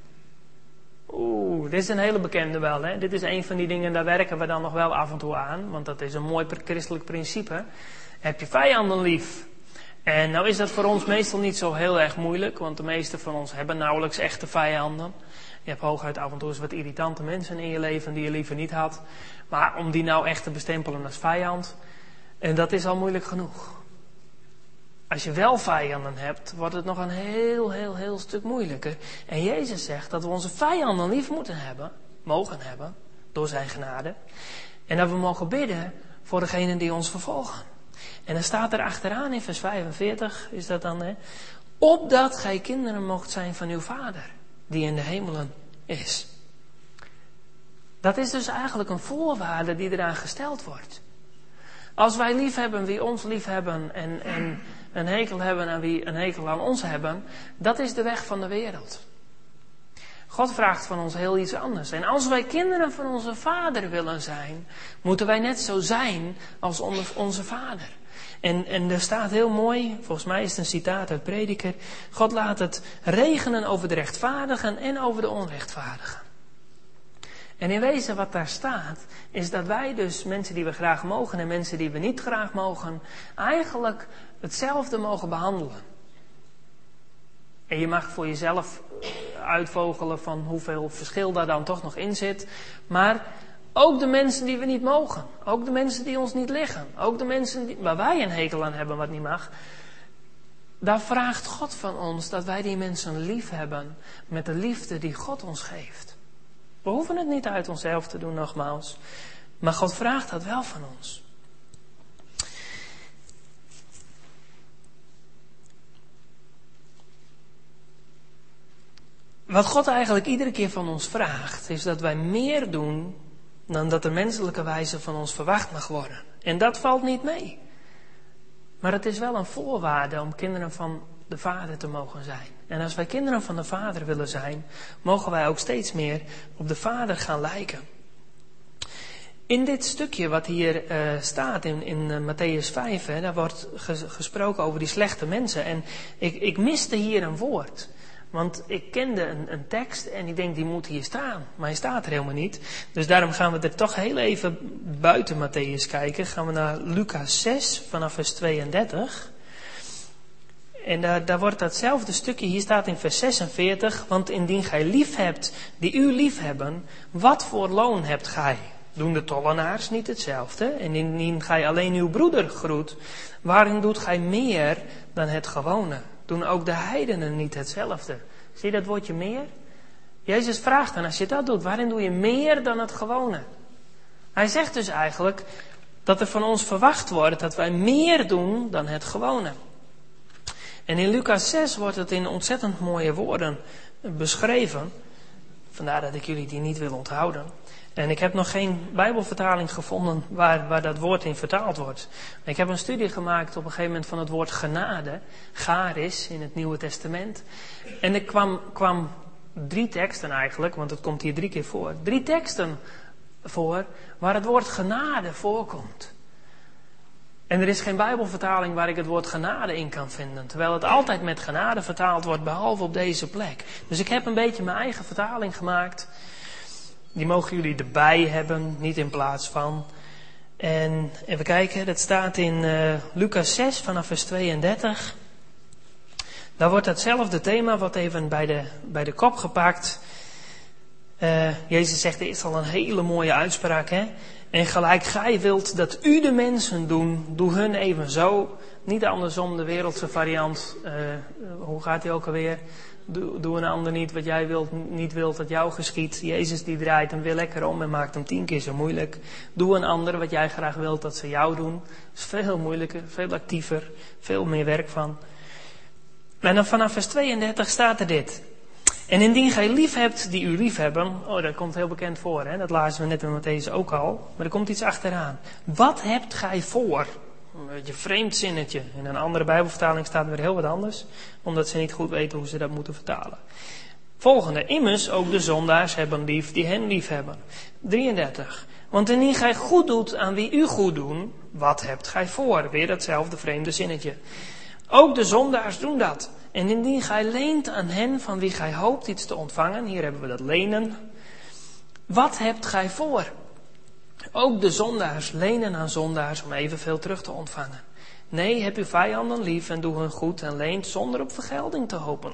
Dit is een hele bekende wel, hè. Dit is een van die dingen, daar werken we dan nog wel af en toe aan. Want dat is een mooi christelijk principe. Heb je vijanden lief. En nou is dat voor ons meestal niet zo heel erg moeilijk. Want de meeste van ons hebben nauwelijks echte vijanden. Je hebt hooguit af en toe eens wat irritante mensen in je leven die je liever niet had. Maar om die nou echt te bestempelen als vijand, en dat is al moeilijk genoeg. Als je wel vijanden hebt, wordt het nog een heel stuk moeilijker. En Jezus zegt dat we onze vijanden lief mogen hebben, door zijn genade. En dat we mogen bidden voor degenen die ons vervolgen. En dan staat er achteraan in vers 45, is dat dan, hè? Opdat gij kinderen mocht zijn van uw Vader, die in de hemelen is. Dat is dus eigenlijk een voorwaarde die eraan gesteld wordt. Als wij lief hebben wie ons lief hebben en een hekel hebben aan wie een hekel aan ons hebben, dat is de weg van de wereld. God vraagt van ons heel iets anders. En als wij kinderen van onze Vader willen zijn, moeten wij net zo zijn als onze Vader. En er staat heel mooi, volgens mij is het een citaat uit Prediker, God laat het regenen over de rechtvaardigen en over de onrechtvaardigen. En in wezen wat daar staat, is dat wij dus mensen die we graag mogen en mensen die we niet graag mogen, eigenlijk hetzelfde mogen behandelen. En je mag voor jezelf uitvogelen van hoeveel verschil daar dan toch nog in zit. Maar ook de mensen die we niet mogen. Ook de mensen die ons niet liggen. Ook de mensen waar wij een hekel aan hebben wat niet mag. Daar vraagt God van ons dat wij die mensen lief hebben met de liefde die God ons geeft. We hoeven het niet uit onszelf te doen nogmaals. Maar God vraagt dat wel van ons. Wat God eigenlijk iedere keer van ons vraagt, is dat wij meer doen dan dat de menselijke wijze van ons verwacht mag worden. En dat valt niet mee. Maar het is wel een voorwaarde om kinderen van de Vader te mogen zijn. En als wij kinderen van de Vader willen zijn, mogen wij ook steeds meer op de Vader gaan lijken. In dit stukje wat hier staat in Mattheüs 5, daar wordt gesproken over die slechte mensen. En ik miste hier een woord. Want ik kende een tekst en ik denk die moet hier staan. Maar hij staat er helemaal niet. Dus daarom gaan we er toch heel even buiten Mattheüs kijken. Gaan we naar Lucas 6 vanaf vers 32. En daar wordt datzelfde stukje, hier staat in vers 46. Want indien gij lief hebt die u lief hebben, wat voor loon hebt gij? Doen de tollenaars niet hetzelfde? En indien gij alleen uw broeder groet, waarin doet gij meer dan het gewone? Doen ook de heidenen niet hetzelfde? Zie je dat woordje meer? Jezus vraagt dan, als je dat doet, waarin doe je meer dan het gewone? Hij zegt dus eigenlijk dat er van ons verwacht wordt dat wij meer doen dan het gewone. En in Lucas 6 wordt het in ontzettend mooie woorden beschreven. Vandaar dat ik jullie die niet wil onthouden. En ik heb nog geen Bijbelvertaling gevonden waar dat woord in vertaald wordt. Ik heb een studie gemaakt op een gegeven moment van het woord genade. Charis in het Nieuwe Testament. En er kwam 3 teksten eigenlijk, want het komt hier 3 keer voor. 3 teksten voor waar het woord genade voorkomt. En er is geen Bijbelvertaling waar ik het woord genade in kan vinden. Terwijl het altijd met genade vertaald wordt, behalve op deze plek. Dus ik heb een beetje mijn eigen vertaling gemaakt. Die mogen jullie erbij hebben, niet in plaats van. En even kijken, dat staat in Lucas 6 vanaf vers 32. Daar wordt datzelfde thema wat even bij de kop gepakt. Jezus zegt, dit is al een hele mooie uitspraak, hè. En gelijk gij wilt dat u de mensen doen, doe hun evenzo. Niet andersom, de wereldse variant. Hoe gaat die ook alweer? Doe een ander niet wat jij niet wilt dat jou geschiedt. Jezus die draait hem weer lekker om en maakt hem 10 keer zo moeilijk. Doe een ander wat jij graag wilt dat ze jou doen. Dat is veel moeilijker, veel actiever, veel meer werk van. En dan vanaf vers 32 staat er dit. En indien gij lief hebt die u lief hebben. Oh, dat komt heel bekend voor, hè? Dat lazen we net in Mattheüs ook al. Maar er komt iets achteraan. Wat hebt gij voor? Een beetje vreemd zinnetje. In een andere Bijbelvertaling staat weer heel wat anders. Omdat ze niet goed weten hoe ze dat moeten vertalen. Volgende. Immers ook de zondaars hebben lief die hen lief hebben. 33. Want indien gij goed doet aan wie u goed doen. Wat hebt gij voor? Weer datzelfde vreemde zinnetje. Ook de zondaars doen dat. En indien gij leent aan hen van wie gij hoopt iets te ontvangen. Hier hebben we dat lenen. Wat hebt gij voor? Ook de zondaars lenen aan zondaars om evenveel terug te ontvangen. Nee, heb uw vijanden lief en doe hun goed en leent zonder op vergelding te hopen.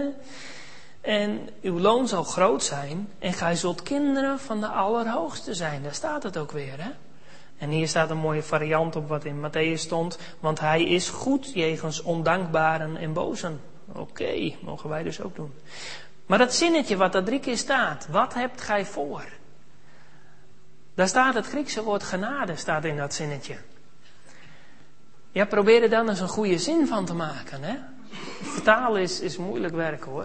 En uw loon zal groot zijn en gij zult kinderen van de Allerhoogste zijn. Daar staat het ook weer, hè? En hier staat een mooie variant op wat in Mattheüs stond. Want hij is goed jegens ondankbaren en bozen. Oké, mogen wij dus ook doen. Maar dat zinnetje wat daar 3 keer staat. Wat hebt gij voor? Daar staat het Griekse woord genade staat in dat zinnetje. Ja, probeer er dan eens een goede zin van te maken, hè? Vertalen is moeilijk werk, hoor.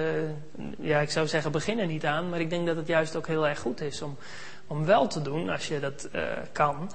Ik zou zeggen begin er niet aan. Maar ik denk dat het juist ook heel erg goed is om wel te doen als je dat kan.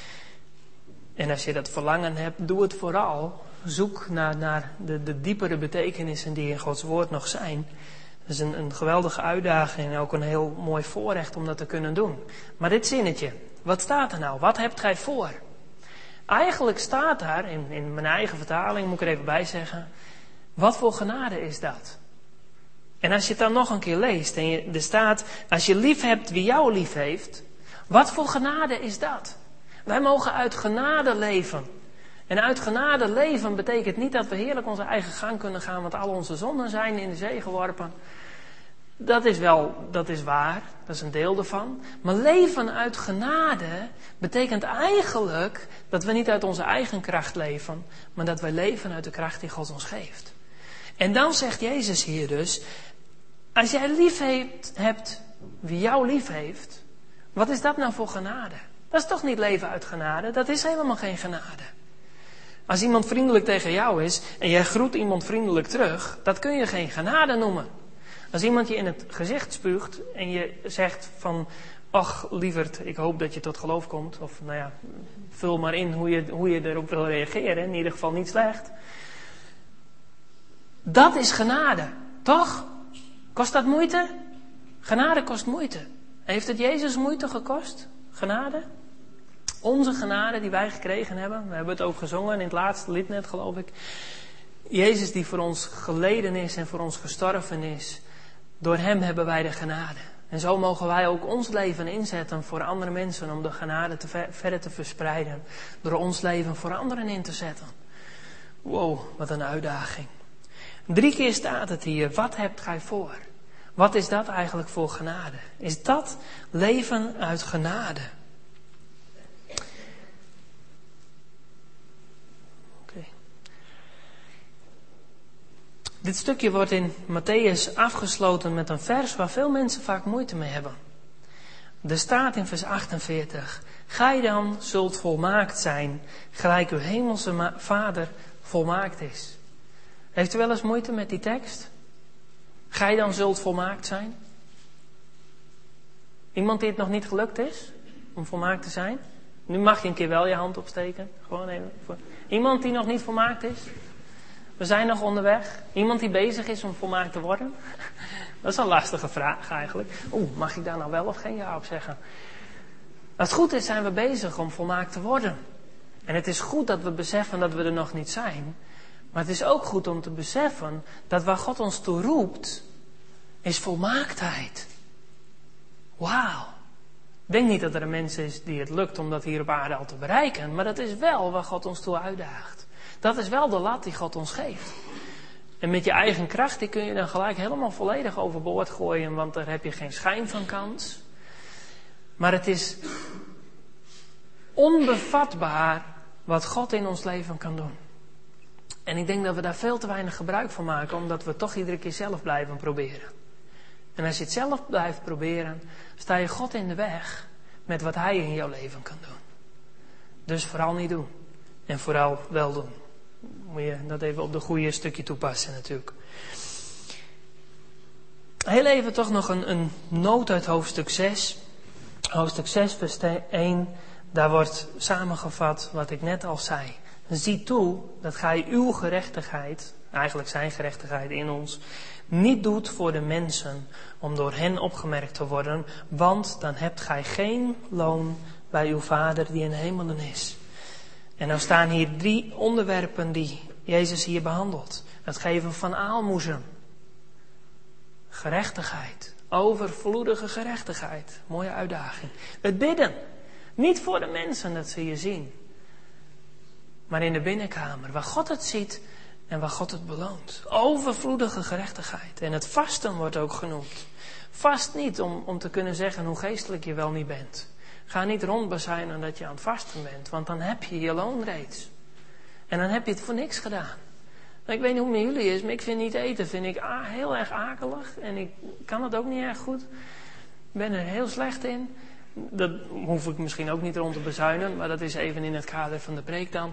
En als je dat verlangen hebt, doe het vooral. Zoek naar de diepere betekenissen die in Gods woord nog zijn. Dat is een geweldige uitdaging en ook een heel mooi voorrecht om dat te kunnen doen. Maar dit zinnetje, wat staat er nou? Wat hebt gij voor? Eigenlijk staat daar, in mijn eigen vertaling, moet ik er even bij zeggen. Wat voor genade is dat? En als je het dan nog een keer leest en er staat, als je lief hebt wie jou lief heeft, wat voor genade is dat? Wij mogen uit genade leven. En uit genade leven betekent niet dat we heerlijk onze eigen gang kunnen gaan, want al onze zonden zijn in de zee geworpen. Dat is waar, dat is een deel ervan. Maar leven uit genade betekent eigenlijk dat we niet uit onze eigen kracht leven, maar dat wij leven uit de kracht die God ons geeft. En dan zegt Jezus hier dus, als jij lief hebt wie jou lief heeft, wat is dat nou voor genade? Dat is toch niet leven uit genade? Dat is helemaal geen genade. Als iemand vriendelijk tegen jou is en jij groet iemand vriendelijk terug, dat kun je geen genade noemen. Als iemand je in het gezicht spuugt en je zegt van, ach lieverd, ik hoop dat je tot geloof komt. Of nou ja, vul maar in hoe je erop wil reageren, in ieder geval niet slecht. Dat is genade, toch? Kost dat moeite? Genade kost moeite. Heeft het Jezus moeite gekost? Genade? Onze genade die wij gekregen hebben. We hebben het ook gezongen in het laatste lied net, geloof ik. Jezus die voor ons geleden is en voor ons gestorven is. Door hem hebben wij de genade. En zo mogen wij ook ons leven inzetten voor andere mensen om de genade verder te verspreiden. Door ons leven voor anderen in te zetten. Wow, wat een uitdaging. 3 keer staat het hier, wat hebt gij voor? Wat is dat eigenlijk voor genade? Is dat leven uit genade? Okay. Dit stukje wordt in Mattheüs afgesloten met een vers waar veel mensen vaak moeite mee hebben. Er staat in vers 48, gij dan zult volmaakt zijn, gelijk uw hemelse Vader volmaakt is. Heeft u wel eens moeite met die tekst? Gij dan zult volmaakt zijn? Iemand die het nog niet gelukt is om volmaakt te zijn? Nu mag je een keer wel je hand opsteken. Gewoon even. Iemand die nog niet volmaakt is? We zijn nog onderweg. Iemand die bezig is om volmaakt te worden? Dat is een lastige vraag eigenlijk. Mag ik daar nou wel of geen ja op zeggen? Als het goed is zijn we bezig om volmaakt te worden. En het is goed dat we beseffen dat we er nog niet zijn. Maar het is ook goed om te beseffen dat waar God ons toe roept, is volmaaktheid. Wauw. Ik denk niet dat er een mens is die het lukt om dat hier op aarde al te bereiken. Maar dat is wel waar God ons toe uitdaagt. Dat is wel de lat die God ons geeft. En met je eigen kracht, die kun je dan gelijk helemaal volledig overboord gooien. Want daar heb je geen schijn van kans. Maar het is onbevatbaar wat God in ons leven kan doen. En ik denk dat we daar veel te weinig gebruik van maken, omdat we toch iedere keer zelf blijven proberen. En als je het zelf blijft proberen, sta je God in de weg met wat Hij in jouw leven kan doen. Dus vooral niet doen. En vooral wel doen. Moet je dat even op de goede stukje toepassen natuurlijk. Heel even toch nog een noot uit hoofdstuk 6. Hoofdstuk 6 vers 1, daar wordt samengevat wat ik net al zei. Zie toe dat gij uw gerechtigheid, eigenlijk zijn gerechtigheid in ons, niet doet voor de mensen om door hen opgemerkt te worden, want dan hebt gij geen loon bij uw Vader die in de hemelen is. En dan staan hier 3 onderwerpen die Jezus hier behandelt. Het geven van aalmoezen. Gerechtigheid. Overvloedige gerechtigheid. Mooie uitdaging. Het bidden. Niet voor de mensen dat ze je zien. Maar in de binnenkamer. Waar God het ziet en waar God het beloont. Overvloedige gerechtigheid. En het vasten wordt ook genoemd. Vast niet om te kunnen zeggen hoe geestelijk je wel niet bent. Ga niet rondbazuinen dat je aan het vasten bent. Want dan heb je je loon reeds. En dan heb je het voor niks gedaan. Ik weet niet hoe het met jullie is, maar ik vind niet eten heel erg akelig. En ik kan het ook niet erg goed. Ik ben er heel slecht in. Dat hoef ik misschien ook niet rond te bezuinen. Maar dat is even in het kader van de preek dan.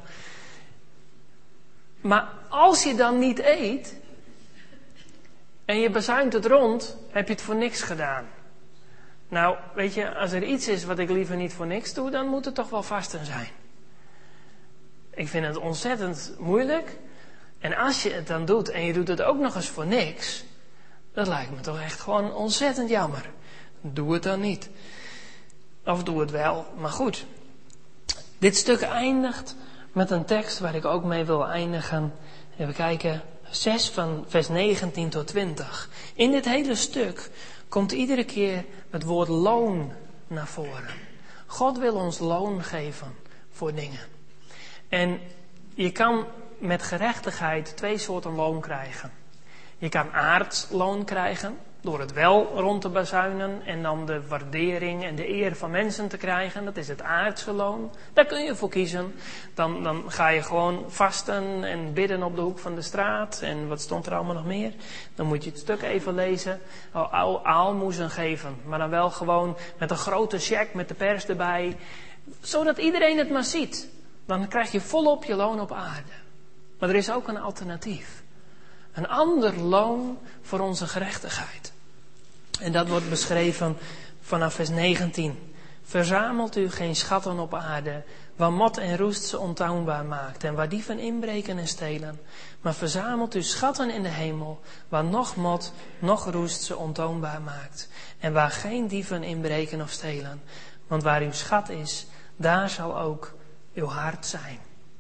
Maar als je dan niet eet. En je bezuint het rond. Heb je het voor niks gedaan. Nou, weet je, als er iets is wat ik liever niet voor niks doe, dan moet het toch wel vasten zijn. Ik vind het ontzettend moeilijk. En als je het dan doet en je doet het ook nog eens voor niks, dat lijkt me toch echt gewoon ontzettend jammer. Doe het dan niet. Of doe het wel, maar goed. Dit stuk eindigt met een tekst waar ik ook mee wil eindigen. Even kijken, 6 van vers 19 tot 20. In dit hele stuk komt iedere keer het woord loon naar voren. God wil ons loon geven voor dingen. En je kan met gerechtigheid 2 soorten loon krijgen. Je kan aards loon krijgen, door het wel rond te bazuinen en dan de waardering en de eer van mensen te krijgen. Dat is het aardse loon. Daar kun je voor kiezen. Dan ga je gewoon vasten en bidden op de hoek van de straat. En wat stond er allemaal nog meer? Dan moet je het stuk even lezen. Aalmoezen geven. Maar dan wel gewoon met een grote cheque met de pers erbij. Zodat iedereen het maar ziet. Dan krijg je volop je loon op aarde. Maar er is ook een alternatief. Een ander loon voor onze gerechtigheid. En dat wordt beschreven vanaf vers 19. Verzamelt u geen schatten op aarde, waar mot en roest ze ontoonbaar maakt en waar dieven inbreken en stelen. Maar verzamelt u schatten in de hemel, waar noch mot, noch roest ze ontoonbaar maakt. En waar geen dieven inbreken of stelen. Want waar uw schat is, daar zal ook uw hart zijn.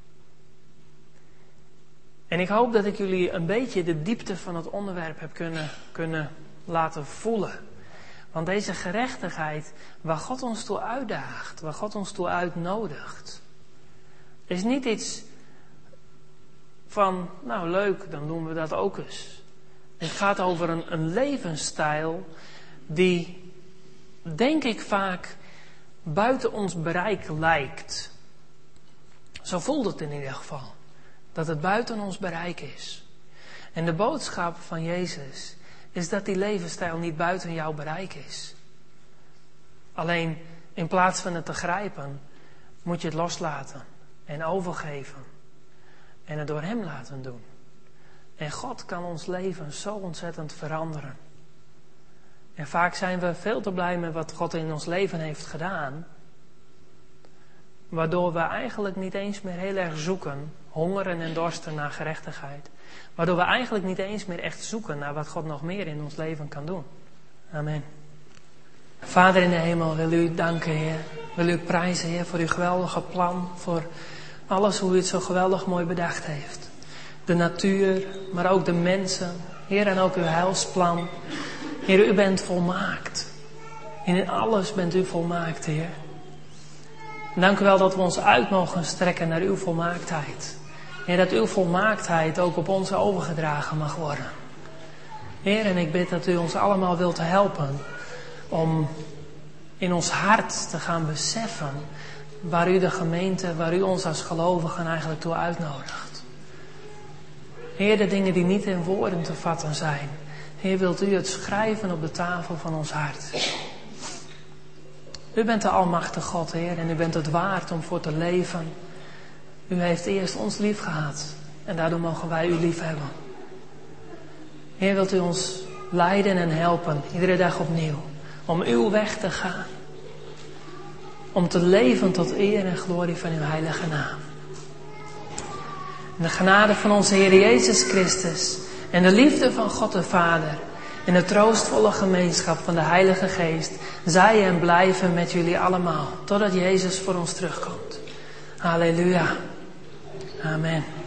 En ik hoop dat ik jullie een beetje de diepte van het onderwerp heb kunnen laten voelen. Want deze gerechtigheid, waar God ons toe uitdaagt, waar God ons toe uitnodigt, is niet iets van, nou leuk, dan doen we dat ook eens. Het gaat over een levensstijl die, denk ik vaak, buiten ons bereik lijkt. Zo voelt het in ieder geval. Dat het buiten ons bereik is. En de boodschap van Jezus is dat die levensstijl niet buiten jouw bereik is. Alleen in plaats van het te grijpen, moet je het loslaten en overgeven. En het door Hem laten doen. En God kan ons leven zo ontzettend veranderen. En vaak zijn we veel te blij met wat God in ons leven heeft gedaan. Waardoor we eigenlijk niet eens meer heel erg zoeken, hongeren en dorsten naar gerechtigheid. Waardoor we eigenlijk niet eens meer echt zoeken naar wat God nog meer in ons leven kan doen. Amen. Vader in de hemel, wil u danken, Heer. Wil u prijzen, Heer, voor uw geweldige plan. Voor alles hoe u het zo geweldig mooi bedacht heeft. De natuur, maar ook de mensen. Heer, en ook uw heilsplan. Heer, u bent volmaakt. En in alles bent u volmaakt, Heer. En dank u wel dat we ons uit mogen strekken naar uw volmaaktheid. Heer, dat uw volmaaktheid ook op ons overgedragen mag worden. Heer, en ik bid dat u ons allemaal wilt helpen om in ons hart te gaan beseffen waar u de gemeente, waar u ons als gelovigen eigenlijk toe uitnodigt. Heer, de dingen die niet in woorden te vatten zijn. Heer, wilt u het schrijven op de tafel van ons hart. U bent de almachtige God, Heer, en u bent het waard om voor te leven. U heeft eerst ons lief gehad en daardoor mogen wij u lief hebben. Heer, wilt u ons leiden en helpen, iedere dag opnieuw, om uw weg te gaan. Om te leven tot eer en glorie van uw heilige naam. En de genade van onze Heer Jezus Christus en de liefde van God de Vader en de troostvolle gemeenschap van de Heilige Geest zij en blijven met jullie allemaal, totdat Jezus voor ons terugkomt. Halleluja. Amen.